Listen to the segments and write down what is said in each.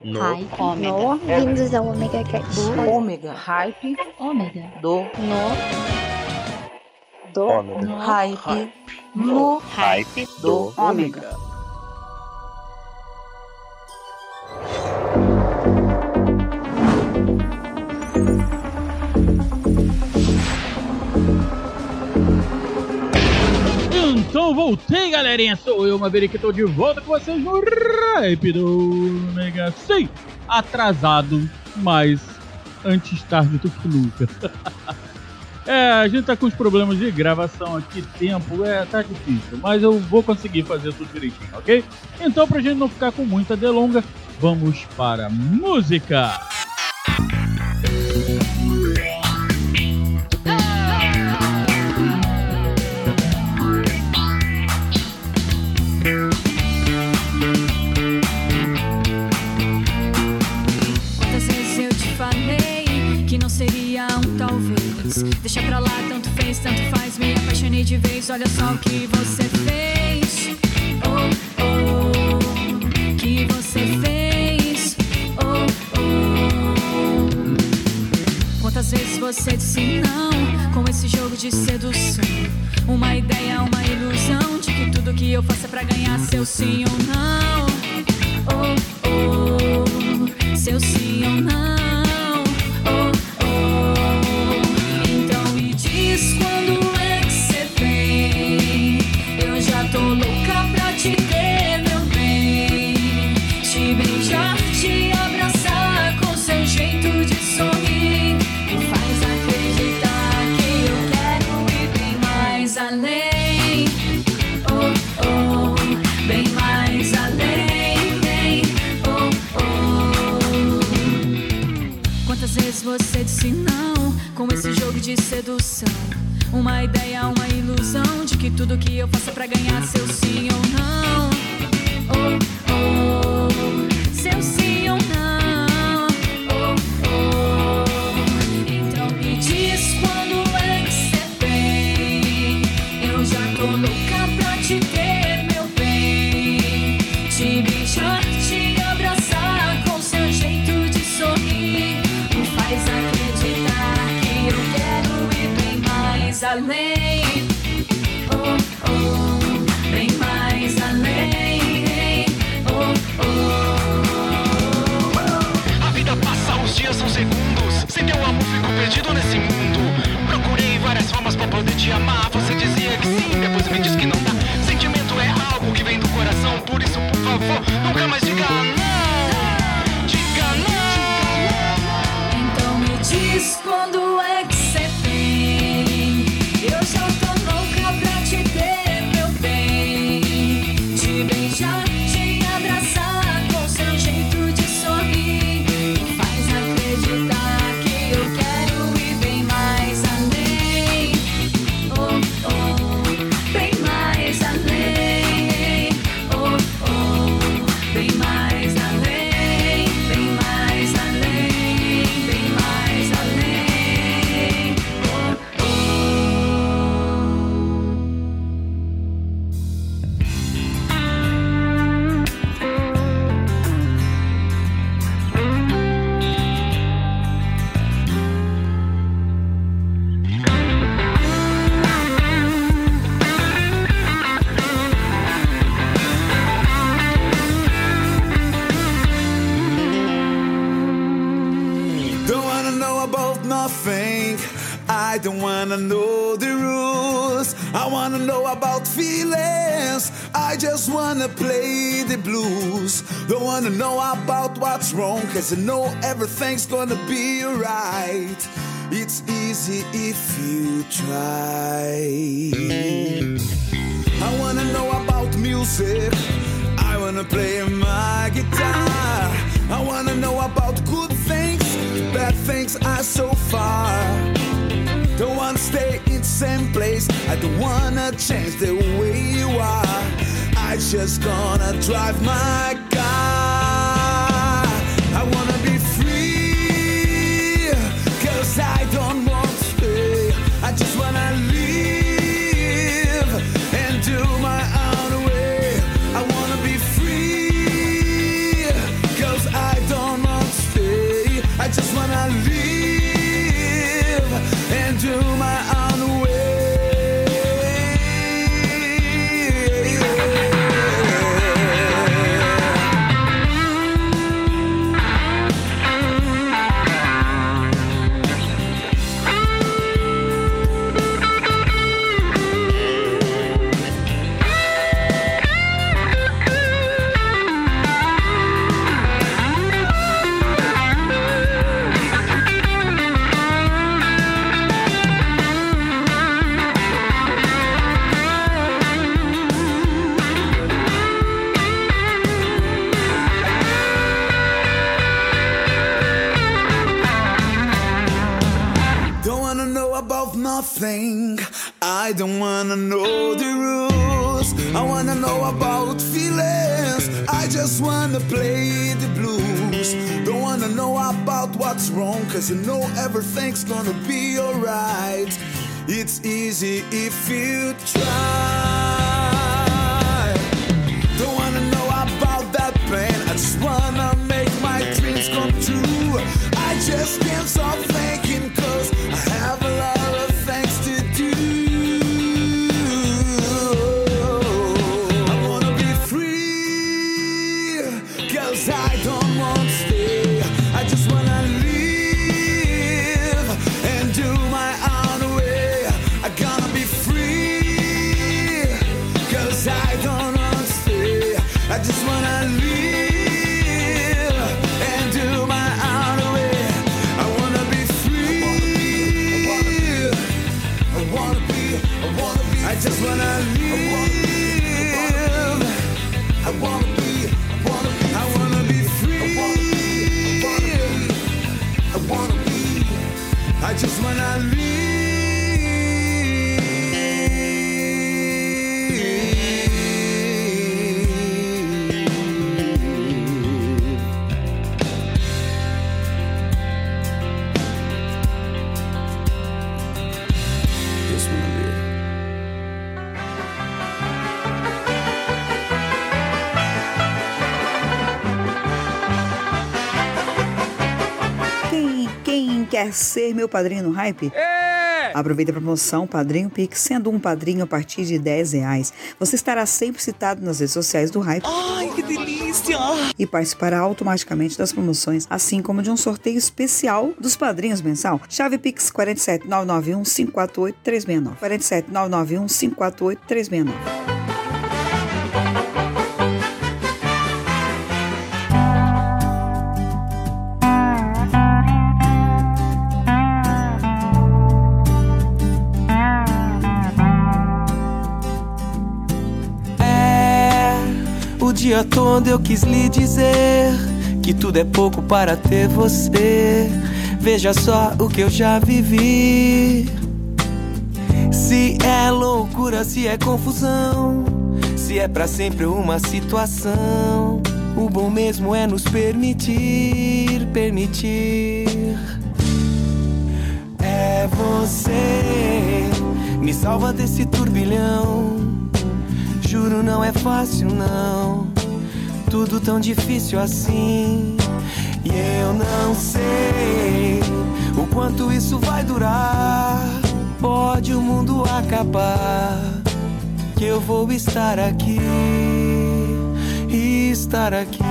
No. Hype. No. Bem-vindos ao Omega Cast. Ômega. Hype. Ômega. Do. Ômega. Hype. No. Hype do Ômega. Então voltei, galerinha, sou eu, Maverick, tô de volta com vocês no Hype do Omega. Sim, atrasado, mas antes tarde do que nunca. A gente tá com os problemas de gravação aqui, tempo, tá difícil, mas eu vou conseguir fazer tudo direitinho, ok? Então, pra gente não ficar com muita delonga, vamos para a música! Quantas vezes eu te falei que não seria um talvez? Deixa pra lá, tanto fez, tanto faz. Me apaixonei de vez, olha só o que você fez. Oh, oh, que você fez. Oh, oh. Quantas vezes você disse não com esse jogo de sedução? Uma ideia, uma ilusão de que tudo que eu faço é pra ganhar seu sim ou não. Oh, oh, seu sim ou não. Oh, oh. Então me diz quando é que cê vem. Eu já tô louca pra te ter, meu bem. Te beijar, te abraçar com seu jeito de sorrir. Me faz acreditar que eu quero ir bem mais além. Oh, oh, bem mais além. Oh, oh. Quantas vezes você disse não com esse jogo de sedução? Uma ideia, uma ilusão de que tudo que eu faço é pra ganhar seu sim ou não. Oh, oh, seu sim ou não. Oh, oh. Então me diz quando é que cê vem. Eu já tô louca pra te ter, meu bem. Te beijar, te abraçar com seu jeito de sorrir. Me faz acreditar que eu quero ir bem mais além. Oh, oh, bem mais além. Oh, oh. A vida passa, os dias são segundos. Sem teu amor fico perdido nesse mundo. Procurei várias formas pra poder te amar. Você dizia que sim, depois me diz que não dá. Sentimento é algo que vem do coração. Por isso, por favor, nunca mais diga não. Diga não. Então me diz quando é que cê vem. Eu já tô louca pra te ter, meu bem. Te beijar, te abraçar com seu jeito de sorrir. Me faz acreditar que eu quero ir bem mais além. Oh, oh, bem mais além. Oh, oh, bem mais além. Bem mais além. Bem mais além. Oh, oh. Don't wanna know about nothing. I don't wanna know the rules. I wanna know about feelings. I just wanna play the blues. Don't wanna know about what's wrong, 'cause I know everything's gonna be alright. It's easy if you try. I wanna know about music. I wanna play my guitar. I wanna know about good things, bad things are so far. Don't wanna stay in the same place. I don't wanna change the way you are. I just gonna drive my car. I wanna be free, 'cause I don't want to stay. I just wanna live and do my own way. I wanna be free, 'cause I don't just wanna live and do my own way. Nothing. I don't wanna know the rules. I wanna know about feelings. I just wanna play the blues. Don't wanna know about what's wrong, cause you know everything's gonna be alright. It's easy if you try. Don't wanna know about that pain. I just wanna make my dreams come true. I just can't stop thinking, cause I have a lot of things to do. I wanna be free, cause I don't want to stay. I just wanna live and do my own way. I gotta be free, cause I don't want to stay. I just wanna live and do my own way. I wanna be free. I just wanna live. I wanna be free. I wanna be. I just wanna live. Just wanna live. Quem quer ser meu padrinho no Hype? Aproveita a promoção Padrinho Pix, sendo um padrinho a partir de R$10. Você estará sempre citado nas redes sociais do Hype. Ai, que delícia! E participará automaticamente das promoções, assim como de um sorteio especial dos padrinhos mensal. Chave Pix 47991-548-369. 47991-548-369. O dia todo eu quis lhe dizer que tudo é pouco para ter você. Veja só o que eu já vivi. Se é loucura, se é confusão, se é pra sempre uma situação, o bom mesmo é nos permitir. É você, me salva desse turbilhão. Juro, não é fácil não, tudo tão difícil assim. E eu não sei o quanto isso vai durar. Pode o mundo acabar, que eu vou estar aqui, estar aqui.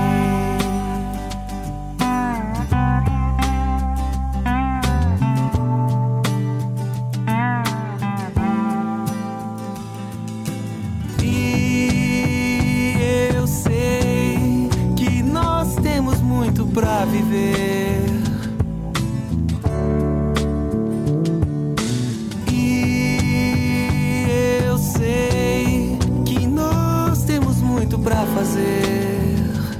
Pra viver, e eu sei que nós temos muito pra fazer.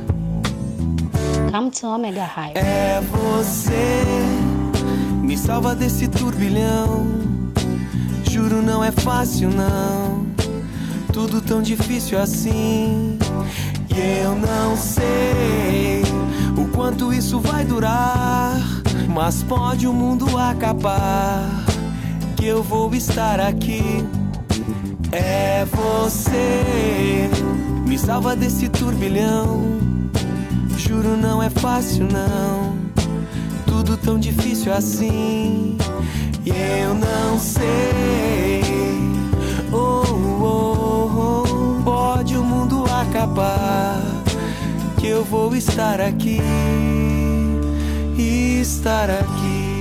Come to Omega Hype. É você, me salva desse turbilhão. Juro, não é fácil não, tudo tão difícil assim. E eu não sei o quanto isso vai durar, mas pode o mundo acabar, que eu vou estar aqui. É você, me salva desse turbilhão. Juro, não é fácil não, tudo tudo tão difícil assim. E eu não sei. Pode o mundo acabar, que eu vou estar aqui. Estar aqui.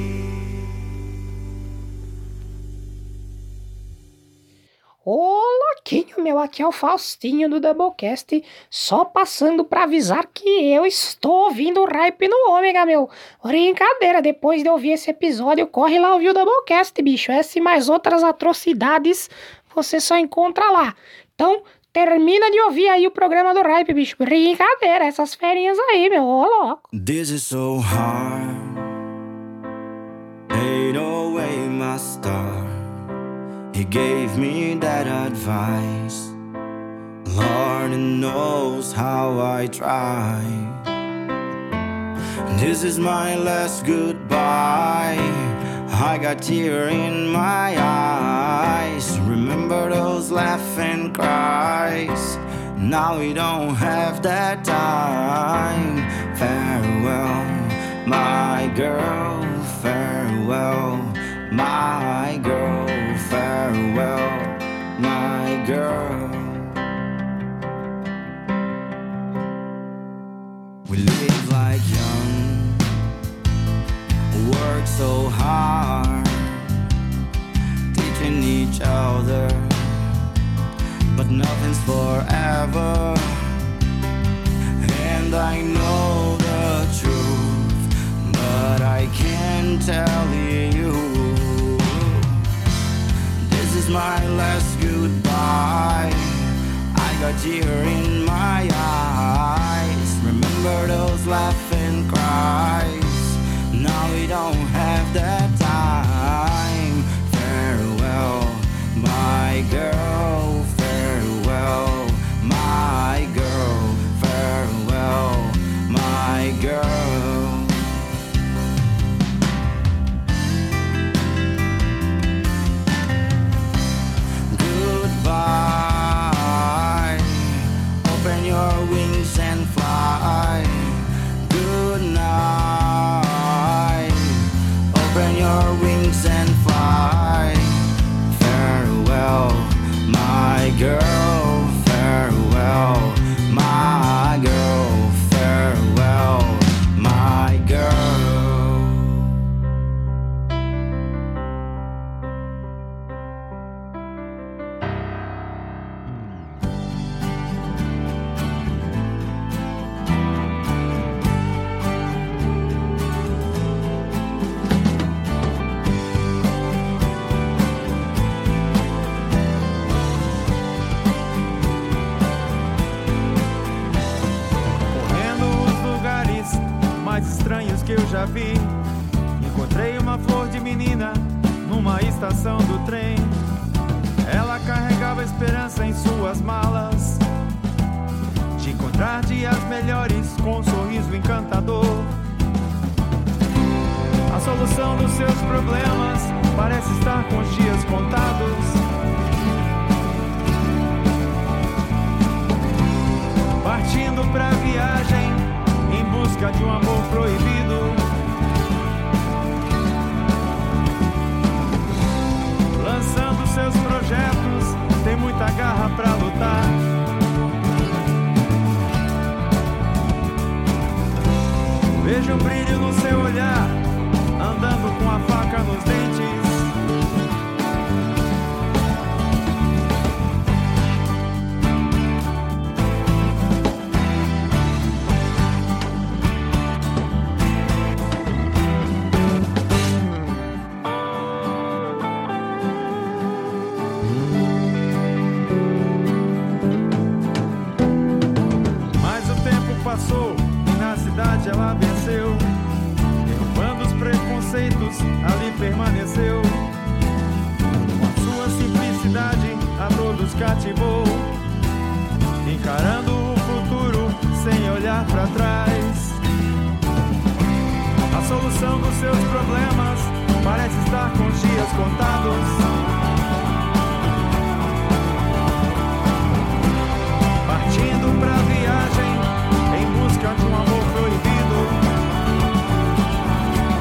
Ô, louquinho, meu, aqui é o Faustinho do Doublecast, só passando pra avisar que eu estou ouvindo o Hype no Ômega, meu. Brincadeira, depois de ouvir esse episódio, corre lá ouvir o Doublecast, bicho. Essa e mais outras atrocidades você só encontra lá. Então, termina de ouvir aí o programa do Hype, bicho. Brincadeira, essas ferinhas aí, meu, ô louco. This is so hard. Ain't no way my star. He gave me that advice. Lord knows how I try. This is my last goodbye. I got tear in my eyes. Remember those laughing cries. Now we don't have that time. Farewell, my girl. Farewell, my girl. Farewell, my girl. We live like young, work so hard, teaching each other, but nothing's forever. And I know the truth, but I can't tell you. This is my last goodbye. I got tear in my eyes. Remember those laughing cries. Now we don't have that time. Farewell, my girl. Farewell, my girl. Farewell, my girl. Goodbye. Open your wings and fly. Good night. Open your wings and fly. Farewell, my girl. Farewell, my girl. Farewell, my girl. Estranhos que eu já vi. Encontrei uma flor de menina numa estação do trem. Ela carregava esperança em suas malas de encontrar dias melhores com um sorriso encantador. A solução dos seus problemas parece estar com os dias contados. Partindo pra viagem em busca de um amor proibido. Lançando seus projetos, tem muita garra pra lutar. Vejo um brilho no seu olhar, andando com a faca nos dentes. Passou e na cidade ela venceu, derrubando os preconceitos, ali permaneceu. Com sua simplicidade a todos cativou, encarando o futuro sem olhar pra trás. A solução dos seus problemas parece estar com os dias contados. Partindo pra viagem em busca de um amor proibido.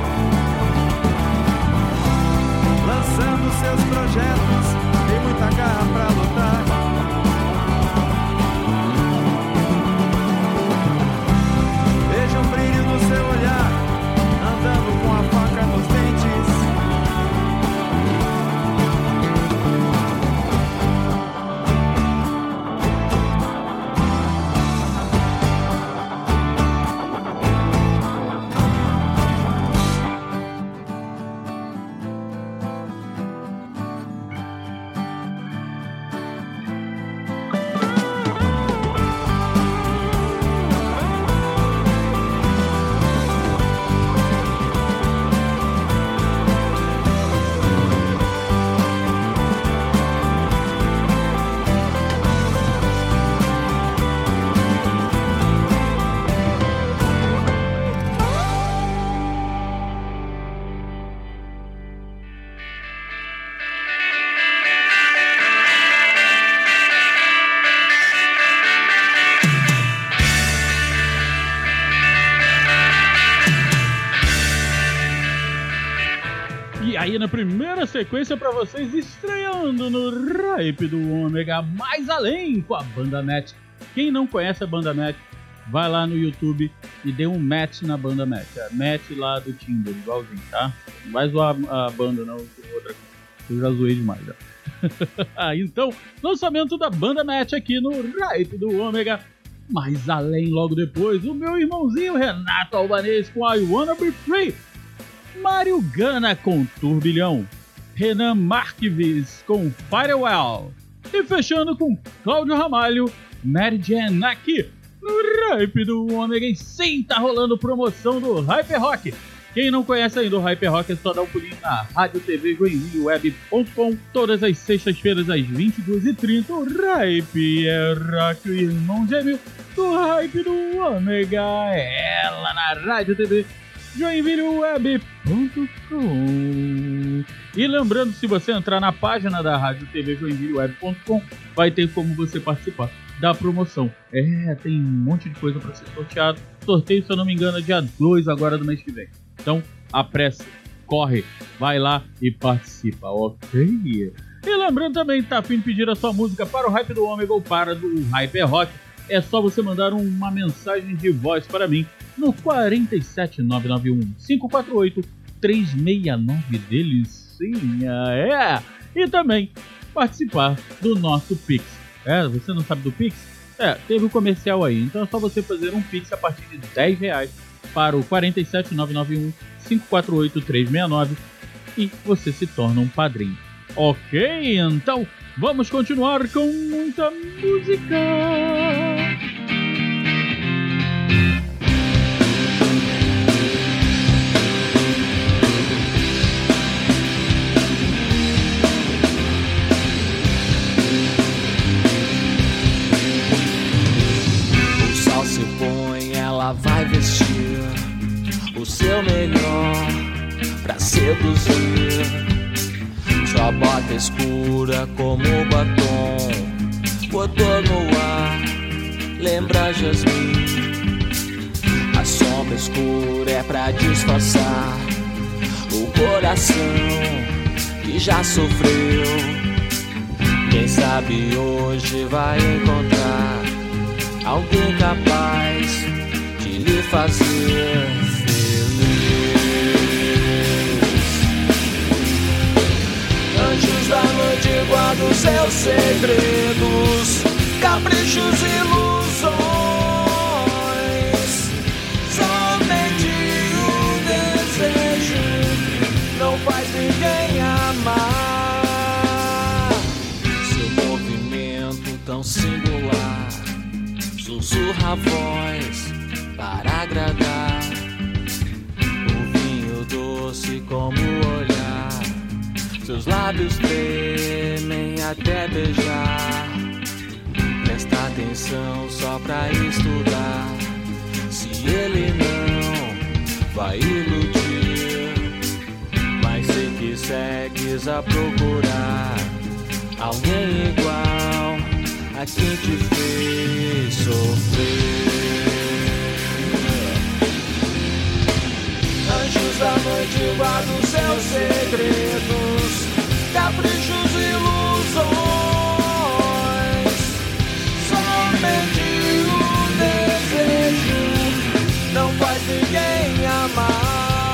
aí na primeira sequência pra vocês, estreando no Hype do Ômega, Mais Além com a Banda Match. Quem não conhece a Banda Match, vai lá no YouTube e dê um match na Banda Match. Match lá do Tinder, igualzinho, tá? Não vai zoar a banda não, outra coisa. Eu já zoei demais já. Então, lançamento da Banda Match aqui no Hype do Ômega. Mais Além logo depois, o meu irmãozinho Renato Albanês com I Wanna Be Free. Mário Gana com Turbilhão. Renan Marques com Firewall. E fechando com Cláudio Ramalho, Mary Jane aqui no Hype do Ômega. E sim, tá rolando promoção do Hyper Rock. Quem não conhece ainda o Hyper Rock é só dar um pulinho na Rádio TV Joinvilleweb.com. Todas as sextas-feiras às 22h30. O Hype é rock, o irmão gêmeo do Hype do Ômega. Ela na Rádio TV Joinvilleweb.com. E lembrando, se você entrar na página da Rádio TV Joinvilleweb.com, vai ter como você participar da promoção. Tem um monte de coisa para ser sorteado. Sorteio, se eu não me engano, é dia 2 agora do mês que vem. Então, apresse, corre, vai lá e participa, ok? E lembrando também, tá a fim de pedir a sua música para o Hype do Ômega ou para do Hyper Rock, é só você mandar uma mensagem de voz para mim no 47991 548 369 delicinha, e também participar do nosso Pix. Você não sabe do Pix? Teve um comercial aí, então é só você fazer um Pix a partir de R$10 para o 47991 548 369 e você se torna um padrinho. Ok, então vamos continuar com muita música. Ela vai vestir o seu melhor pra seduzir. Sua bota escura como batom, botou no ar, lembra jasmim. A sombra escura é pra disfarçar o coração que já sofreu. Quem sabe hoje vai encontrar alguém capaz de lhe fazer feliz. Anjos da noite guardam seus segredos, caprichos e ilusões. Somente o desejo não faz ninguém amar. Seu movimento tão singular sussurra a voz para agradar. O vinho doce como o olhar, seus lábios tremem até beijar. Presta atenção só pra estudar. Se ele não vai iludir, mas sei que segues a procurar alguém igual a quem te fez sofrer. Anjos da noite guardam seus segredos, caprichos e ilusões. Somente o desejo não faz ninguém amar.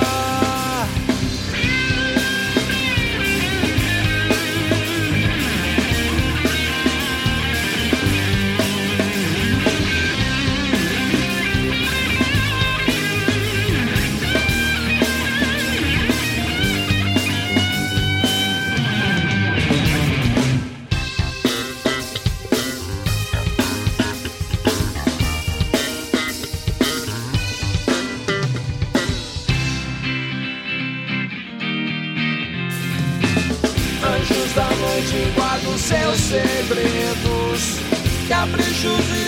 Guardo seus segredos, caprichos e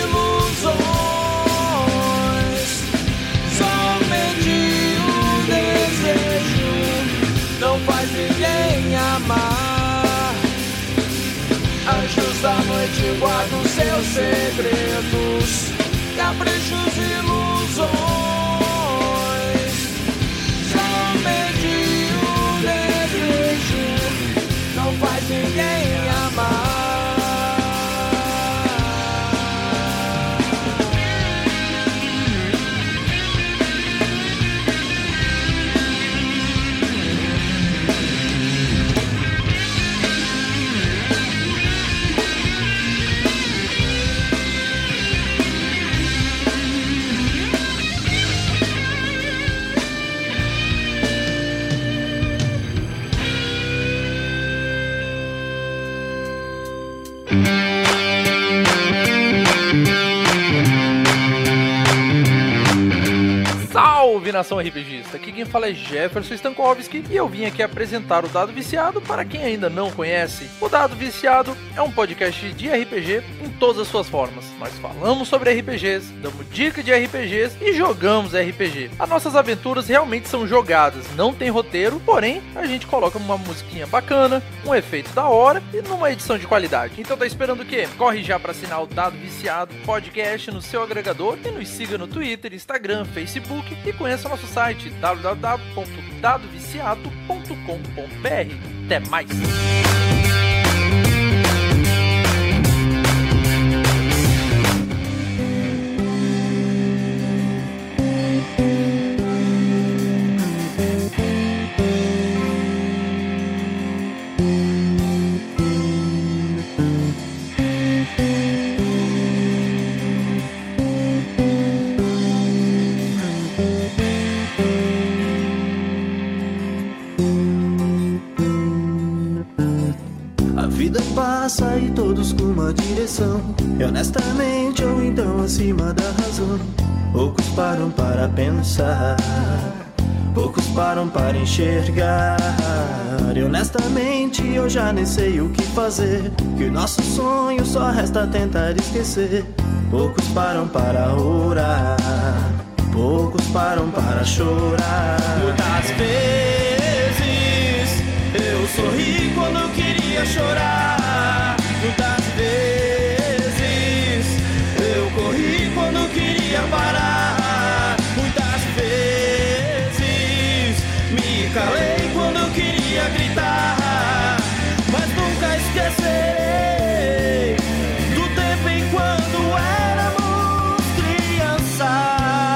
ilusões. Somente o desejo não faz ninguém amar. Anjos da noite guardam seus segredos, caprichos e ilusões. Somente o desejo nação RPGista, aqui quem fala é Jefferson Stankovski e eu vim aqui apresentar o Dado Viciado para quem ainda não conhece. O Dado Viciado é um podcast de RPG em todas as suas formas. Nós falamos sobre RPGs, damos dicas de RPGs e jogamos RPG. As nossas aventuras realmente são jogadas, não tem roteiro, porém a gente coloca uma musiquinha bacana, um efeito da hora e numa edição de qualidade. Então tá esperando o quê? Corre já para assinar o Dado Viciado podcast no seu agregador e nos siga no Twitter, Instagram, Facebook e conheça nosso site www.dadoviciado.com.br. Até mais! Passa e todos com uma direção, e honestamente ou então acima da razão. Poucos param para pensar, poucos param para enxergar. E honestamente eu já nem sei o que fazer, que nosso sonho só resta tentar esquecer. Poucos param para orar, poucos param para chorar. Muitas vezes eu sorri quando eu queria chorar. Muitas vezes eu corri quando queria parar. Muitas vezes me calei quando eu queria gritar. Mas nunca esquecerei do tempo em quando éramos crianças.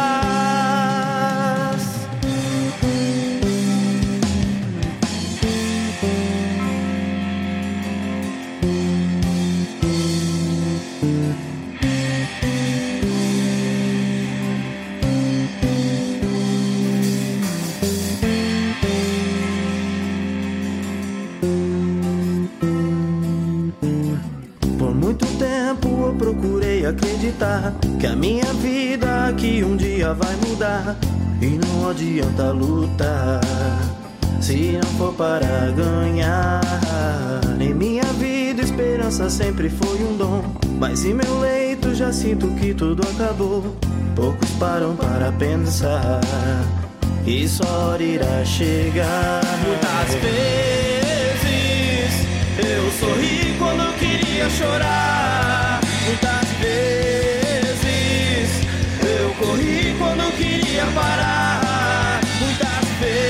Procurei acreditar que a minha vida aqui um dia vai mudar. E não adianta lutar se não for para ganhar. Em minha vida esperança sempre foi um dom, mas em meu leito já sinto que tudo acabou. Poucos param para pensar que só hora irá chegar. Muitas vezes eu sorri quando eu queria chorar. Muitas vezes eu corri quando eu queria parar. Muitas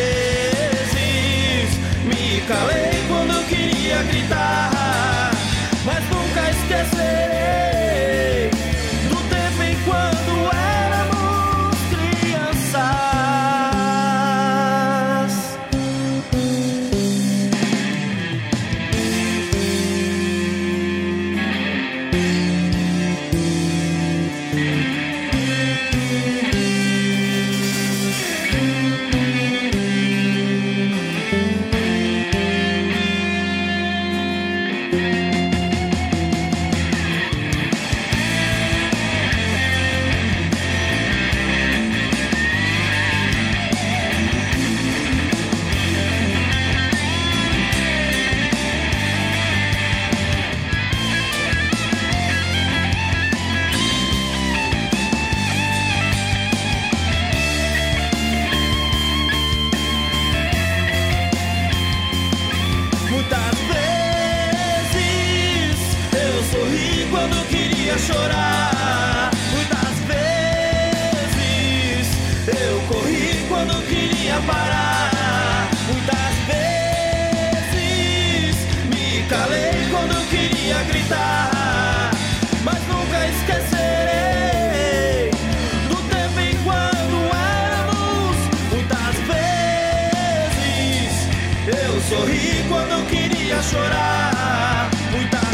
vezes me calei quando eu queria gritar. Mas nunca esquecerei do tempo em quando éramos crianças. Chorar. Muitas vezes eu corri quando queria parar. Muitas vezes me calei quando queria gritar. Mas nunca esquecerei do tempo em quando éramos. Muitas vezes eu sorri quando queria chorar. Muitas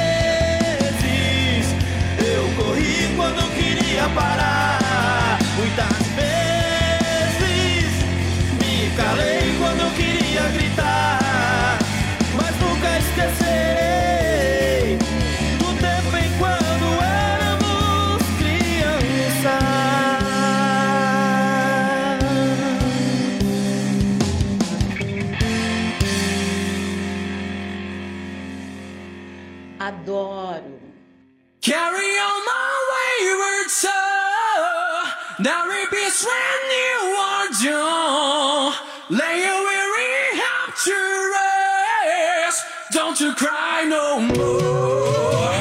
corri quando eu queria parar. Muitas vezes me calei quando eu queria gritar. Mas nunca esquecerei do tempo em quando éramos crianças. There will be when you are young. Lay your weary head to rest. Don't you cry no more.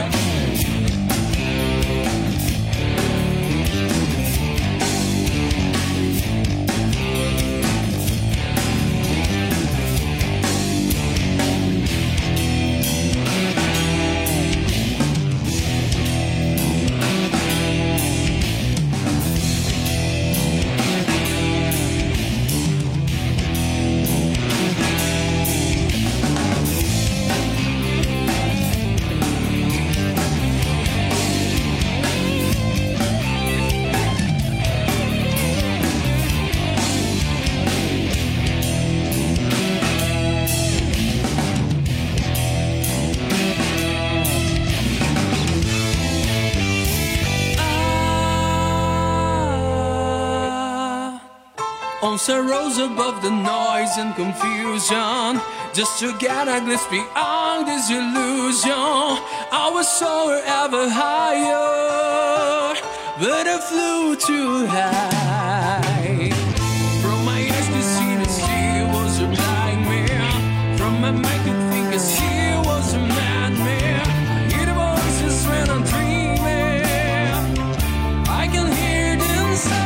Once I rose above the noise and confusion, just to get a glimpse beyond this illusion. I was soaring ever higher, but I flew too high. From my eyes to see the sea was a blind man. From my mind to think the sea was a madman. I hear the voices when I'm dreaming. I can hear them say,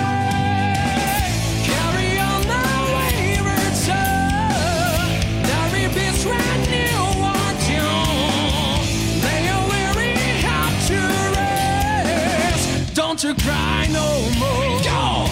don't you cry no more. Go!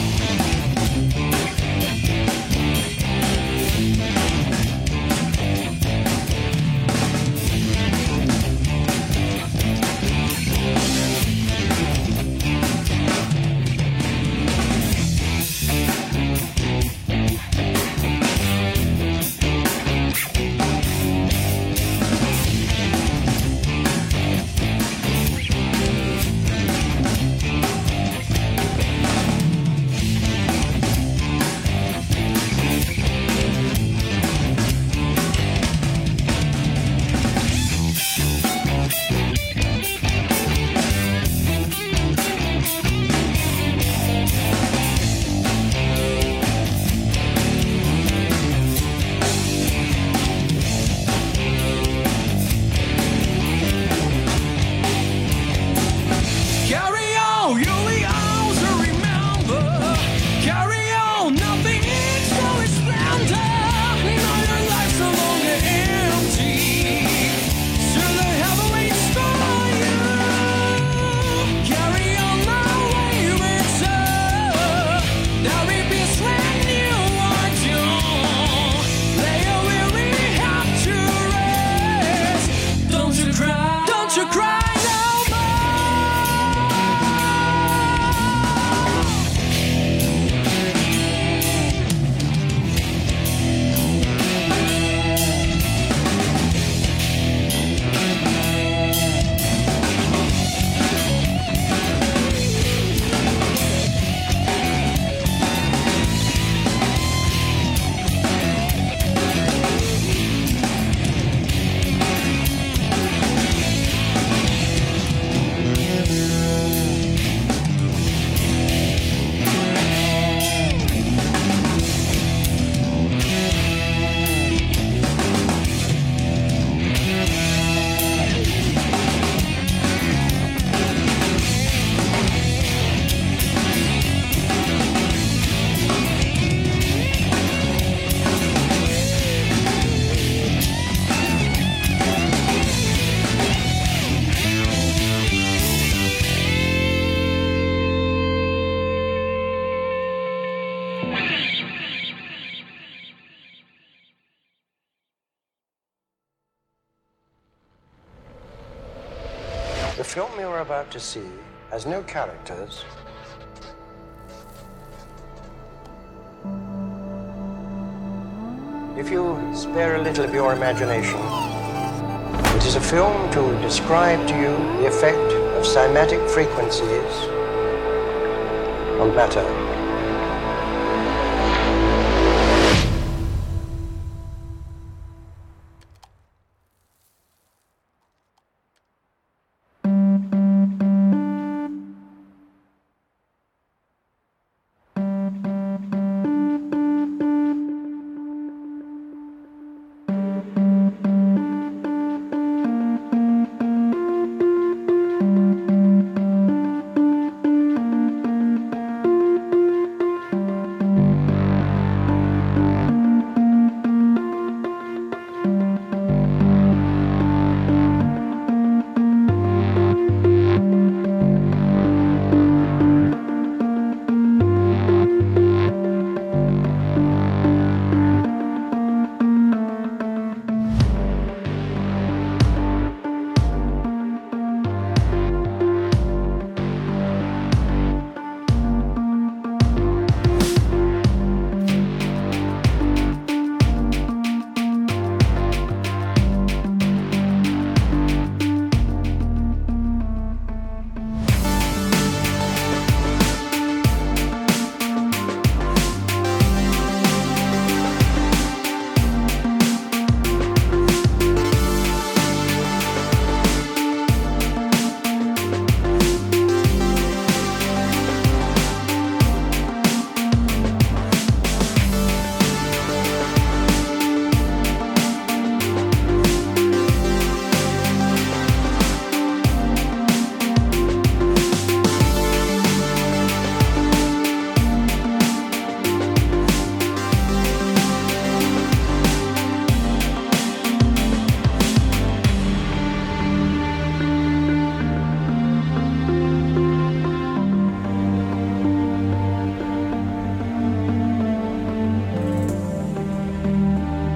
The film you're about to see has no characters. If you spare a little of your imagination, it is a film to describe to you the effect of cymatic frequencies on matter.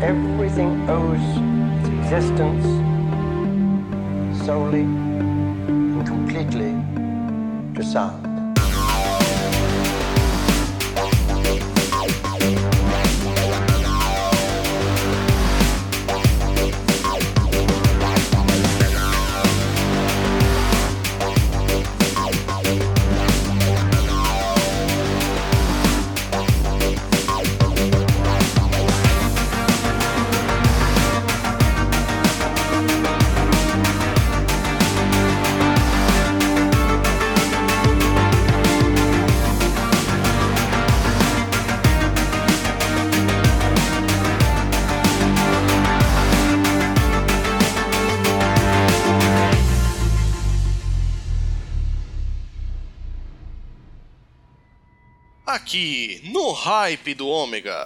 everything owes its existence solely and completely to sound. Aqui no Hype do Ômega.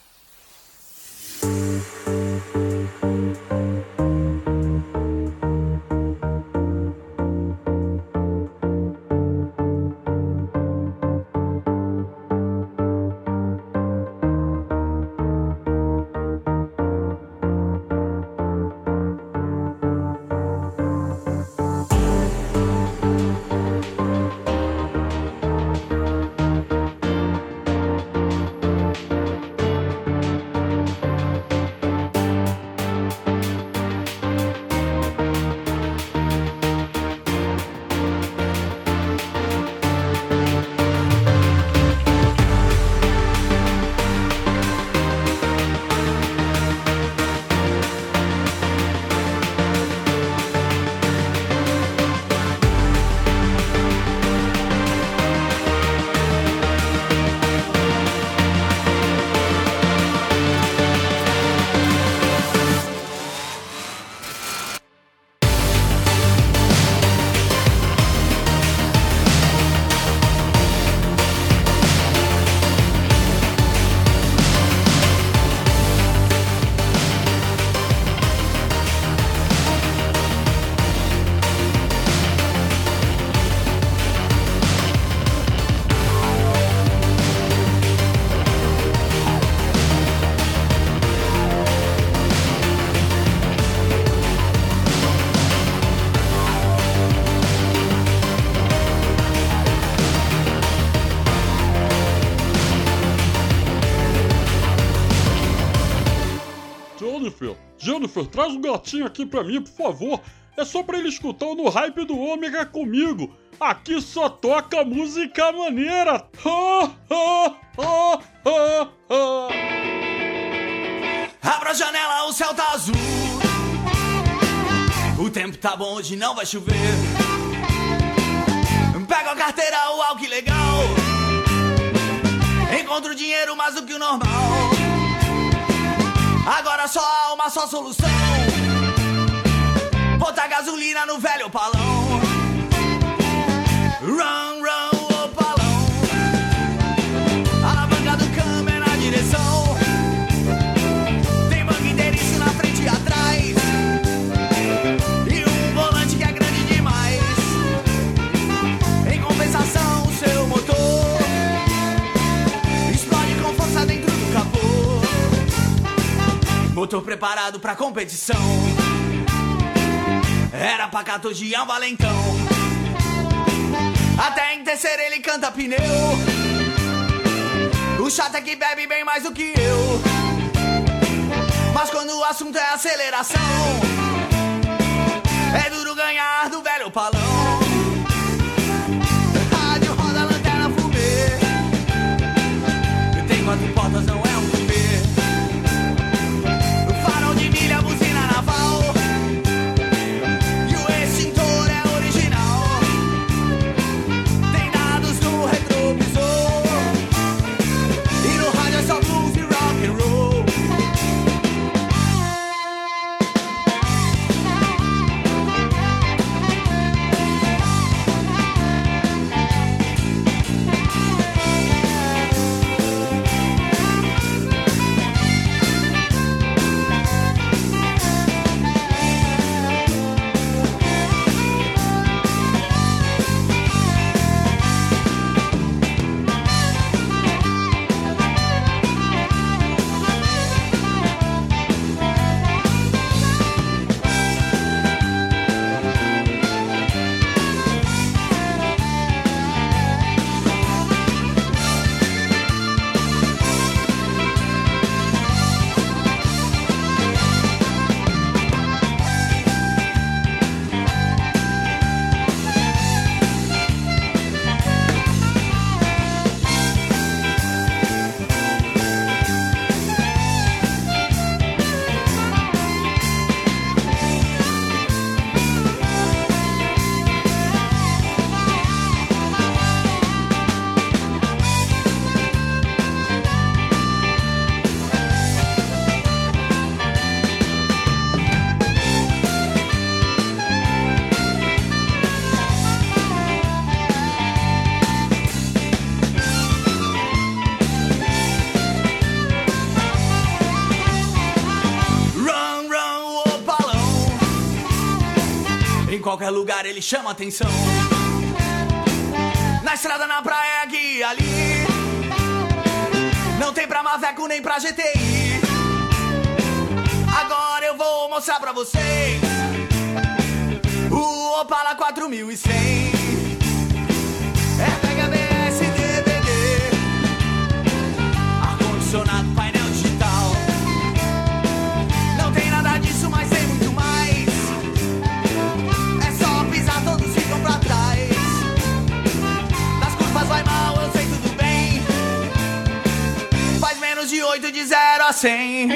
Jennifer, traz um gatinho aqui pra mim, por favor. É só pra ele escutar o No Hype do Ômega comigo. Aqui só toca música maneira. Abra a janela, o céu tá azul. O tempo tá bom, hoje não vai chover. Pega a carteira, uau, que legal. Encontro dinheiro mais do que o normal. Agora só há uma só solução: botar gasolina no velho Opalão. Run, run, Opalão. Alavanca do câmbio é na direção. Tem banco inteiriço na frente e atrás. E um volante que é grande demais. Em compensação, o seu motor explode com força dentro do capô. Motor preparado pra competição. Era pra 14 é um valentão. Até em terceiro ele canta pneu. O chato é que bebe bem mais do que eu. Mas quando o assunto é aceleração, é duro ganhar do velho Opalão. Rádio roda, lanterna, fumê. Tem 4 portas, não é um cupê. Farol de milha, buzina naval. E o extintor é original. Tem dados no retrovisor. E no rádio é só blues e rock and roll. qualquer lugar ele chama atenção. Na estrada, na praia, aqui e ali. Não tem pra Maveco nem pra GTI. Agora eu vou mostrar pra vocês o Opala 4100. É Pega ABS, DVD, ar-condicionado, painel digital. Não tem nada disso, mas tem muito mais. É só pisar, todos ficam pra trás. Nas curvas vai mal, eu sei tudo bem. Faz menos de 8 de 0 a 100.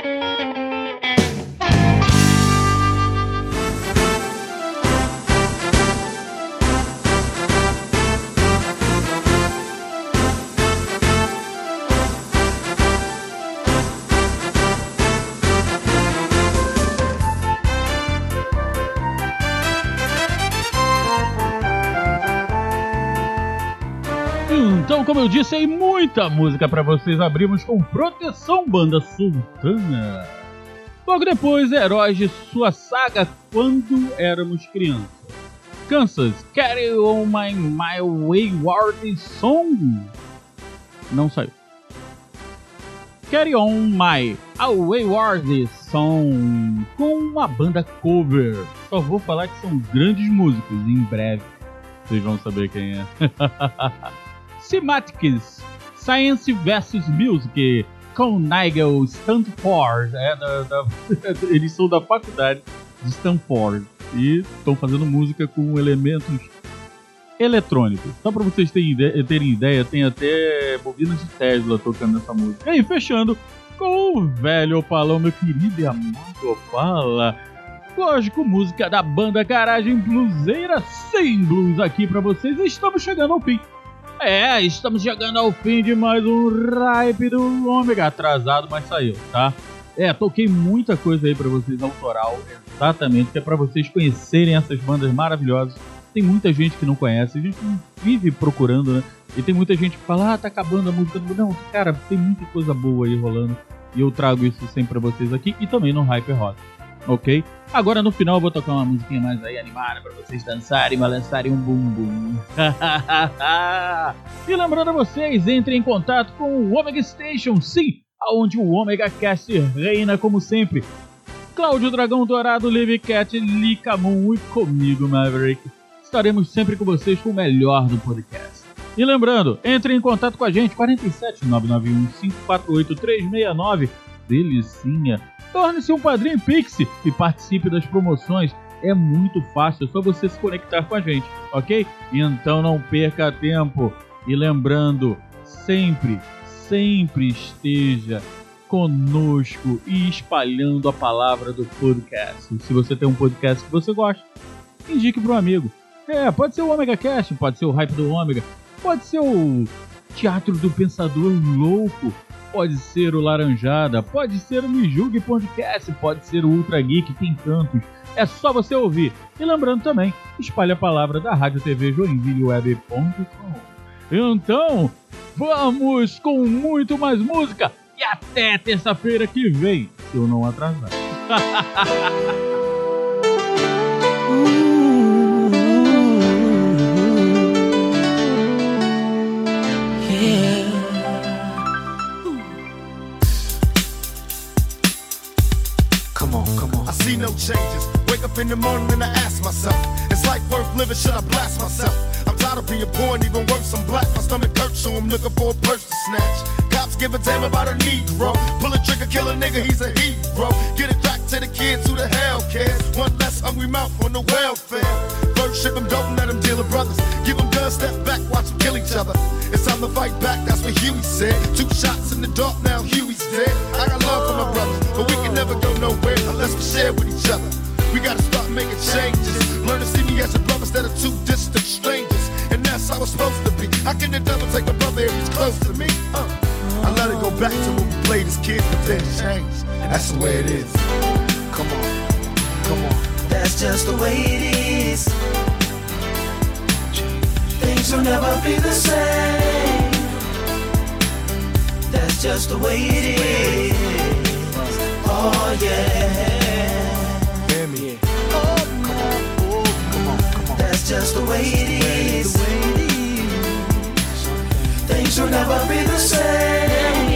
Então, como eu disse, aí muita música pra vocês. Abrimos com Proteção, banda Sultana. Logo depois, Heróis de Sua Saga, Quando Éramos Crianças. Kansas, Carry On My Wayward Song. Não saiu. Carry On My Wayward Song, com uma banda cover. Só vou falar que são grandes músicos. Em breve vocês vão saber quem é. Cymatics, Science vs Music, com Nigel Stanford. Eles são da faculdade de Stanford e estão fazendo música com elementos eletrônicos. Só para vocês terem ideia, tem até bobinas de Tesla tocando essa música. E aí, fechando com o velho Opalão, meu querido e amado Opala. Lógico, música da banda Garagem Bluseira, sem blues aqui para vocês. E estamos chegando ao fim. Estamos chegando ao fim de mais um Hype do Ômega. Atrasado, mas saiu, tá? Toquei muita coisa aí pra vocês, autoral, exatamente, que é pra vocês conhecerem essas bandas maravilhosas. Tem muita gente que não conhece, a gente vive procurando, né? E tem muita gente que fala, tá acabando a música. Não, cara, tem muita coisa boa aí rolando. E eu trago isso sempre pra vocês aqui e também no Hype Rock, ok? Agora no final eu vou tocar uma musiquinha mais aí animada pra vocês dançarem, balançarem um bumbum. E lembrando a vocês, entrem em contato com o Omega Station, sim, onde o Omega Cast reina como sempre. Cláudio Dragão Dourado, Live Cat, Lika Moon e comigo, Maverick. Estaremos sempre com vocês com o melhor do podcast. E lembrando, entre em contato com a gente, 47 991 548 369, delicinha. Torne-se um padrinho Pix e participe das promoções. É muito fácil, é só você se conectar com a gente, ok? Então não perca tempo. E lembrando, sempre esteja conosco e espalhando a palavra do podcast. Se você tem um podcast que você gosta, indique para um amigo. Pode ser o Omega Cast, pode ser o Hype do Ômega, pode ser o Teatro do Pensador Louco, pode ser o Laranjada, pode ser o Me Julgue Podcast, pode ser o Ultra Geek, tem tantos. É só você ouvir. E lembrando também, espalhe a palavra da Rádio TV JoinvilleWeb.com. Então, vamos com muito mais música e até terça-feira que vem, se eu não atrasar. No changes. Wake up in the morning and I ask myself, is life worth living? Should I blast myself? I'm tired of being poor and even worse, I'm black. My stomach hurts, so I'm looking for a purse to snatch. Cops give a damn about a Negro. Pull a trigger, kill a nigga, he's a hero. Get it back to the kids who the hell cares. One less hungry mouth on the welfare. First ship them, don't let them deal with brothers. Give them guns, step back, watch them kill each other. It's time to fight back, that's what Huey said. 2 shots in the dark, now Huey's dead. I got love for my brothers, but we can never go nowhere unless we share with each other. We gotta start making changes. Learn to see me as a brother instead of 2 distant strangers. And that's how it's supposed to be. How can the devil take a brother if he's close to me? I let it go back to when we played as kids, but then changed. That's the way it is. Come on, come on. That's just the way it is. Things will never be the same. That's just the way it is. Oh yeah. Hear me. Oh, come on. Oh, come That's just the way it is. Things will never be the same.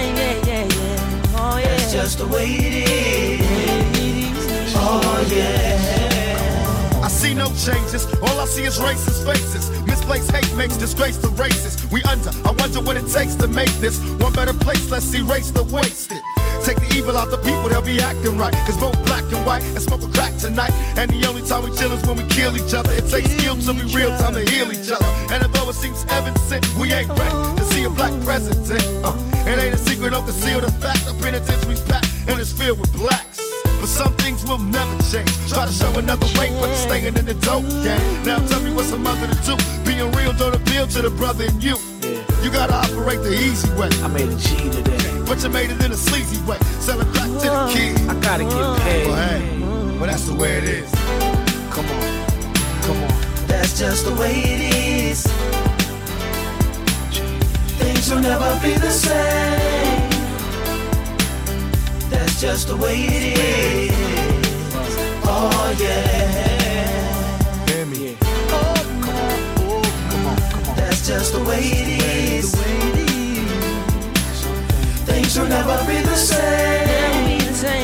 Oh yeah. That's just the way it is. Oh yeah. I see no changes, all I see is racist faces. Misplaced hate makes disgrace to races. We under, I wonder what it takes to make this one better place. Let's erase the wasted. Take the evil out the people, they'll be acting right. Cause both black and white and smoke a crack tonight. And the only time we chill is when we kill each other. It takes skill to be real time to heal each other. And although it seems heaven sent, we ain't ready to see a black president. It ain't a secret, don't conceal the fact. The penitentiary's packed and it's filled with blacks. But some things will never change. Try to show another way, but it's staying in the dope game. Now tell me what's a mother to do. Being real don't appeal to the brother in you. You gotta operate the easy way. I made a G today, but you made it in a sleazy way. Sell it back to the kids. I gotta get paid. Well, hey, well that's the way it is. Come on, come on. That's just the way it is. Things will never be the same. That's just the way it is. Oh yeah. Hear me. Oh come on, come on. That's just the way it is. Things will never be the same.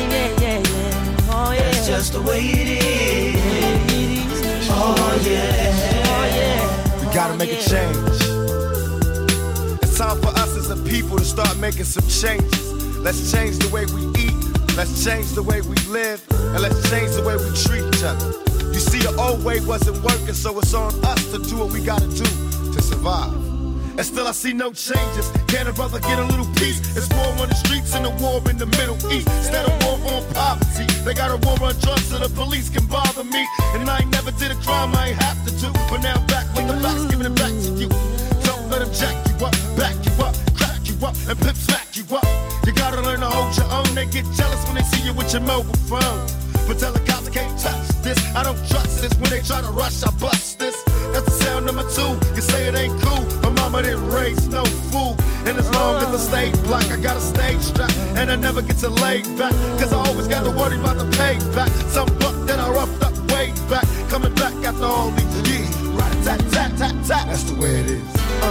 Oh yeah. That's just the way it is. Oh yeah. Oh yeah. We gotta make a change. It's time for us as a people to start making some changes. Let's change the way we eat, let's change the way we live, and let's change the way we treat each other. You see, the old way wasn't working, so it's on us to do what we gotta do to survive. And still I see no changes. Can a brother get a little peace? It's war on the streets and a war in the Middle East. Instead of war on poverty, they got a war on drugs so the police can bother me. And I ain't never did a crime I ain't have to do, but now I'm back with the facts, giving it back to you. Don't let them jack you up, back you up, crack you up, and pimp smack you up. You gotta learn to hold your own. They get jealous when they see you with your mobile phone. But tell the cops I can't touch this. I don't trust this. When they try to rush, I bust this. That's the sound number 2. You say it ain't cool. My mama didn't raise no fool. And as long as I stay black, I got a stage strap. And I never get to lay back. Cause I always got to worry about the payback. Some buck that I roughed up way back. Coming back after all these years. Rat-a-tat-tat-tat-tat. That's the way it is.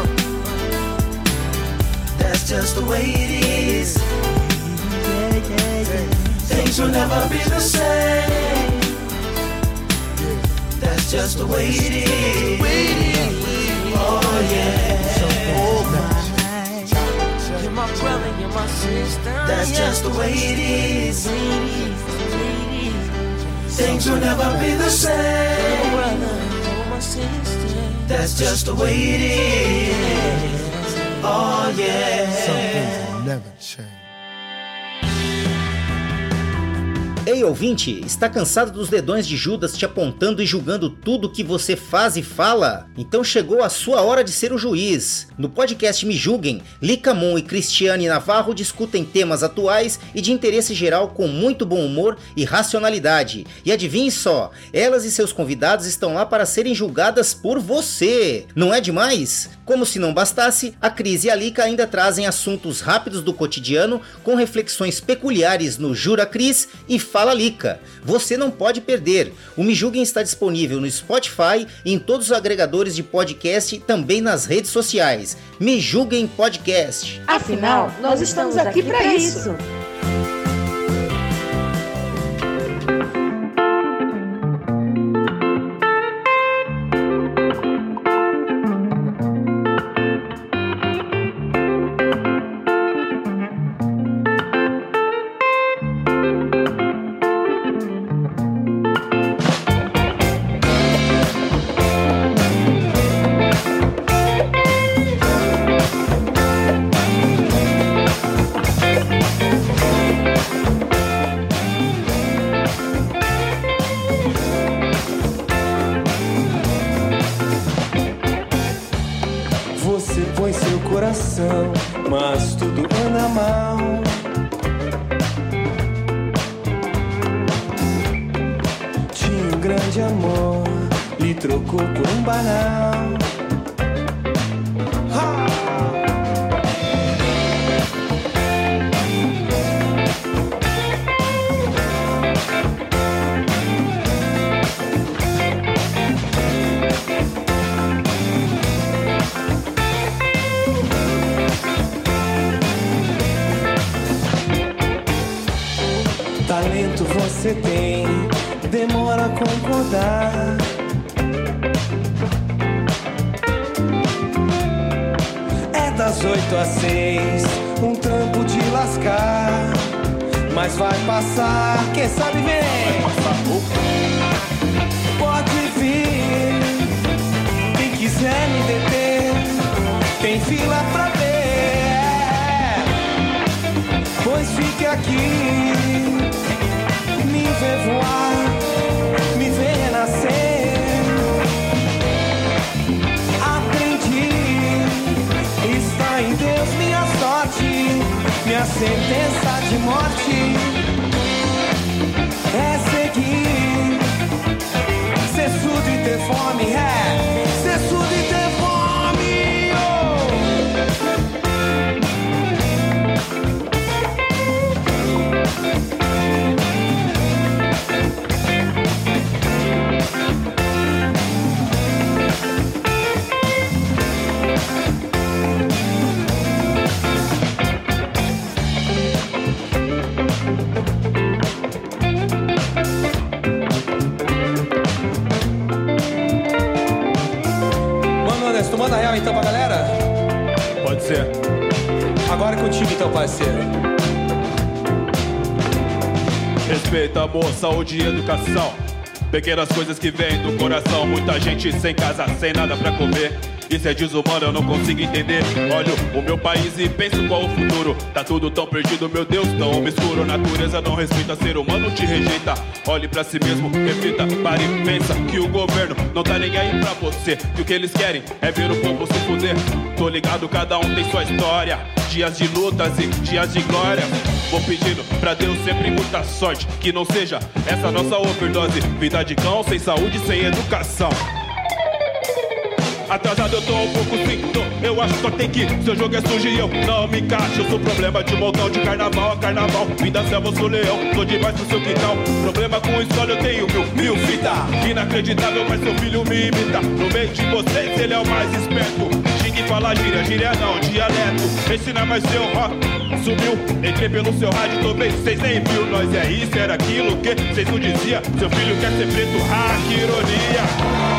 That's just the way it is. Things will never be the same. That's just the way it is. Oh yeah. You're my brother, you're my sister. That's just the way it is. Things will never be the same. That's just the way it is. Oh yeah. Some things will never change. Ei ouvinte, está cansado dos dedões de Judas te apontando e julgando tudo que você faz e fala? Então chegou a sua hora de ser o juiz. No podcast Me Julguem, Lica Moon e Cristiane Navarro discutem temas atuais e de interesse geral com muito bom humor e racionalidade. E adivinhe só, elas e seus convidados estão lá para serem julgadas por você. Não é demais? Como se não bastasse, a Cris e a Lica ainda trazem assuntos rápidos do cotidiano com reflexões peculiares no Jura Cris e Fala Lica. Você não pode perder. O Me Julguem está disponível no Spotify e em todos os agregadores de podcast e também nas redes sociais. Me Julguem Podcast. Afinal, nós estamos aqui para isso. Mas tudo anda mal. Tinha um grande amor, lhe trocou por um banal. quanto você tem, demora a concordar. É das 8 às 6, um trampo de lascar, mas vai passar, quem sabe vem. Pode vir, quem quiser me deter, tem fila pra ver. Pois fique aqui, me vê voar, me vê renascer. Aprendi, está em Deus minha sorte, minha sentença de morte é seguir, ser surdo e ter fome, ser surdo e ter fome, Tu manda real então pra galera? Pode ser. Agora é contigo então, parceiro. Respeito, amor, saúde e educação. Pequenas coisas que vêm do coração. Muita gente sem casa, sem nada pra comer. Isso é desumano, eu não consigo entender. Olho o meu país e penso qual o futuro. Tá tudo tão perdido, meu Deus, tão obscuro. Natureza não respeita, ser humano te rejeita. Olhe pra si mesmo, reflita, pare e pensa que o governo não tá nem aí pra você. Que o que eles querem é ver o povo se fuder. Tô ligado, cada um tem sua história. Dias de lutas e dias de glória. Vou pedindo pra Deus sempre muita sorte. Que não seja essa nossa overdose. Vida de cão, sem saúde, sem educação. Atrasado eu tô um pouco sim, eu acho que só tem que seu jogo é sujo e eu não me encaixo. Eu sou problema de montão de carnaval a carnaval. Vim da selva, eu sou leão, tô demais pro seu quintal. Problema com escola, eu tenho mil fita. Inacreditável, mas seu filho me imita. No meio de vocês, ele é o mais esperto. Xingue e fala gíria, gíria não, dialeto. Ensina mais seu rock, sumiu. Entrei pelo seu rádio, tomei, cês nem viu. Nós é isso, era aquilo que cês não dizia. Seu filho quer ser preto, que ironia.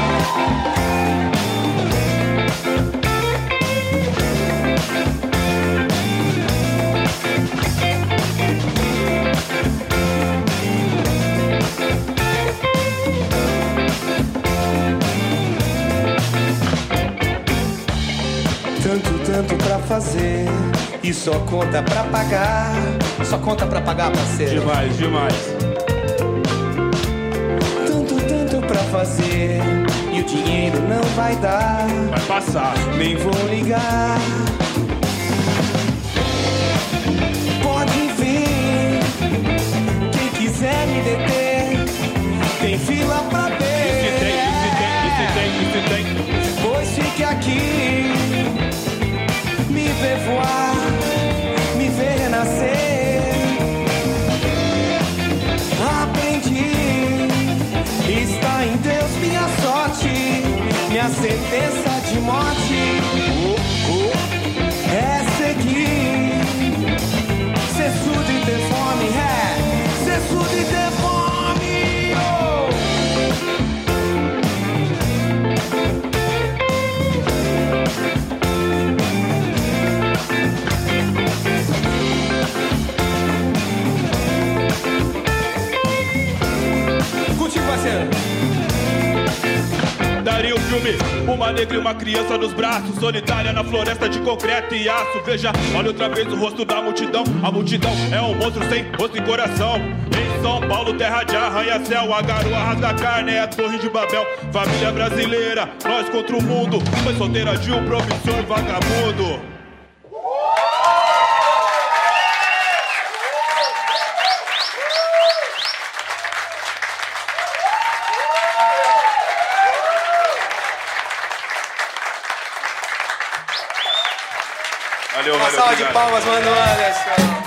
Tanto pra fazer e só conta pra pagar. Só conta pra pagar, parceiro. Demais, demais. Tanto pra fazer e o dinheiro não vai dar. Vai passar. Nem vou ligar. Pode vir, quem quiser me deter, tem fila pra ver. Isso tem. Pois fique aqui, me vê voar, me vê renascer. Aprendi, está em Deus minha sorte, minha sentença de morte é seguir, ser surdo e ter fome, ser surdo e ter fome. Contigo, parceiro. Daria um filme, uma negra e uma criança nos braços, solitária na floresta de concreto e aço. Veja, olha outra vez o rosto da multidão. A multidão é um monstro sem rosto e coração. Em São Paulo, terra de arranha-céu, a garoa rasga carne, é a torre de Babel. Família brasileira, nós contra o mundo. Foi solteira de um promissor vagabundo. Valeu, uma salva de palmas, mano, Anderson.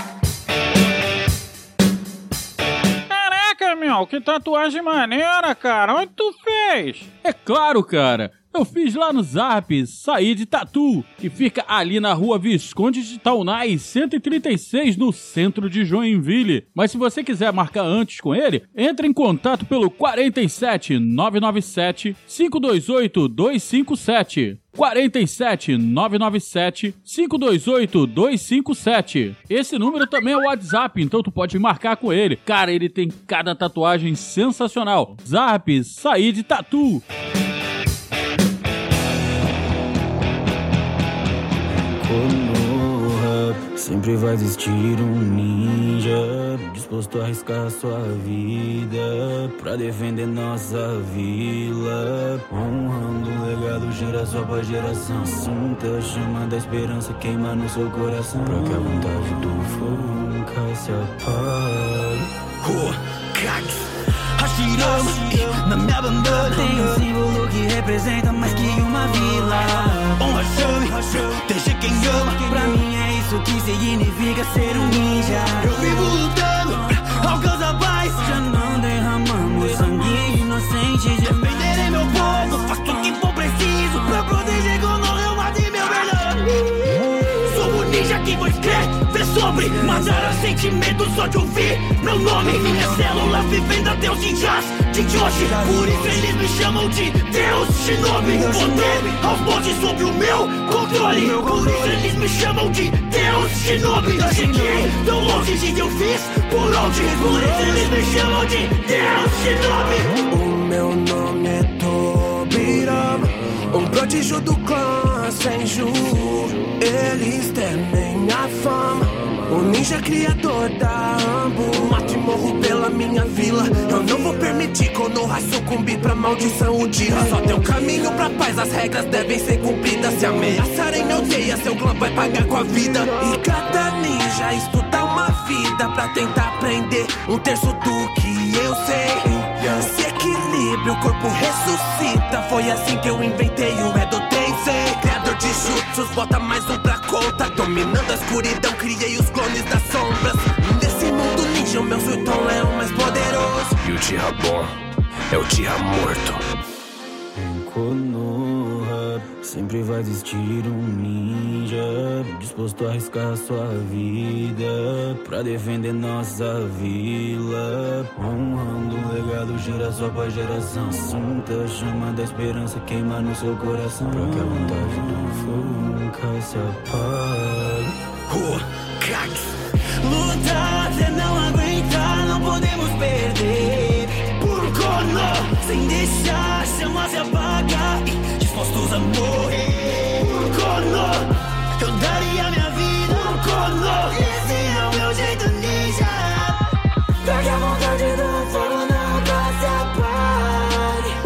Caraca, meu, que tatuagem maneira, cara. Onde tu fez? É claro, cara. Eu fiz lá no Zap, Said Tatu, que fica ali na rua Visconde de Taunay, 136, no centro de Joinville. Mas se você quiser marcar antes com ele, entre em contato pelo 47 997 528 257. 47 997 528 257. Esse número também é o WhatsApp, então tu pode marcar com ele. Cara, ele tem cada tatuagem sensacional. Zap, Said Tatu. Konoha, sempre vai existir um ninja disposto a arriscar sua vida pra defender nossa vila, honrando o legado geração após geração. Sinta a chama da esperança queimar no seu coração, pra que a vontade do fogo nunca se apague. Hashirama, na minha bandana tem um símbolo que representa mais que uma vila. Honra chame, deixa quem ama. Pra mim é isso que significa ser um ninja. Eu vivo lutando, alcança a paz. Já não derramamos sangue inocente. Defenderei meu povo, faço o que for preciso pra proteger quando eu matei meu verdade. Sou o ninja que vou escrever sobre matar o sentimento só de ouvir meu nome. Minha célula vivendo até os ninjas de Joshi. Por isso eles me chamam de Deus Shinobi. Poder aos montes sob o meu controle. Por isso eles me chamam de Deus Shinobi. Cheguei tão longe de eu fiz por onde. Por isso eles me chamam de Deus Shinobi. O meu nome é Tobirama, um prodígio do clã Senju. Eles temem a fama, o ninja criador da Ambu. Mato e morro pela minha vila. Eu não vou permitir Konoha sucumbir pra maldição um dia. Só tem um caminho pra paz, as regras devem ser cumpridas. Se ameaçarem minha aldeia, seu clã vai pagar com a vida. E cada ninja estuda uma vida pra tentar aprender um terço do que eu sei. Se equilibra, o corpo ressuscita. Foi assim que eu inventei o Edo Tensei. Criador de jutsus, bota mais um pra conta. Dominando a escuridão, criei os clones das sombras. Nesse mundo ninja, o meu Sultão é o mais poderoso. E o Tira bom é o Tira morto. Em Konoha, sempre vai existir um ninja disposto a arriscar sua vida pra defender nossa vila, honrando o legado geração após geração. Sinta a chama da esperança queimar no seu coração, pra que a vontade do fogo nunca se apague. Lutar até não aguentar, não podemos perder. Por Konoha, sem deixar a chama se apagar, dispostos a morrer. Por Konoha, eu daria minha vida. Por Konoha, esse é o meu jeito ninja. Pra que a vontade do fogo nunca se apague.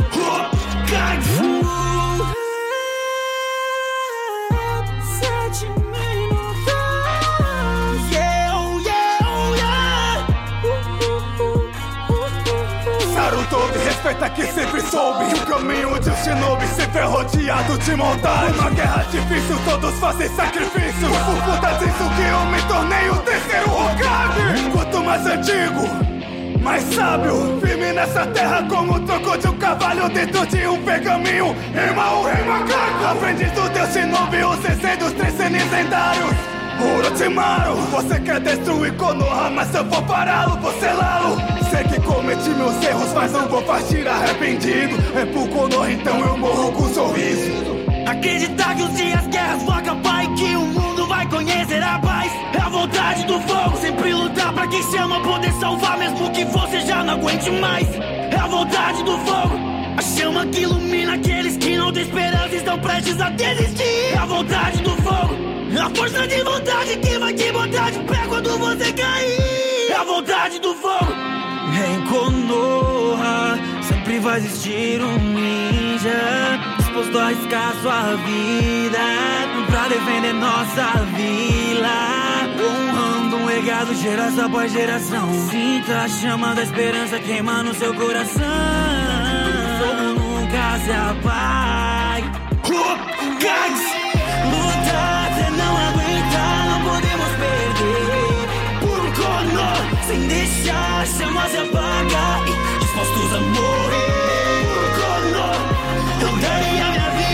Naruto, respeita que sempre soube que o caminho de um shinobi sempre é rodeado de montanha. Uma guerra difícil, todos fazem sacrifícios. Por conta disso que eu me tornei o terceiro Hokage. Quanto mais antigo, mais sábio, firme nessa terra como o tronco de um cavalo dentro de um pergaminho. Rima o macaco, aprendiz do deus shinobi, o sensei dos 3 senin lendários. Orochimaru, você quer destruir Konoha, mas eu vou pará-lo, vou selá-lo. Sei que cometi meus erros, mas não vou partir arrependido. É por Konoha, então eu morro com um sorriso. Acreditar que os dias, guerras vão acabar e que o mundo vai conhecer a paz. É a vontade do fogo, sempre lutar pra quem chama, poder salvar mesmo que você já não aguente mais. É a vontade do fogo, a chama que ilumina aqueles que não têm esperança, estão prestes a desistir. É a vontade do fogo, a força de vontade que vai te botar de pé quando você cair. É a vontade do fogo. Em Konoha, sempre vai existir um ninja disposto a arriscar sua vida pra defender nossa vila, honrando um legado geração após geração. Sinta a chama da esperança queimar no seu coração, o fogo nunca se apague. Lutar até não aguentar, não podemos perder. Por Konoha, sem deixar a chama se apagar, dispostos a morrer. Por Konoha, eu daria minha vida.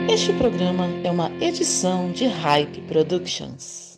Este programa é uma edição de Hype Productions.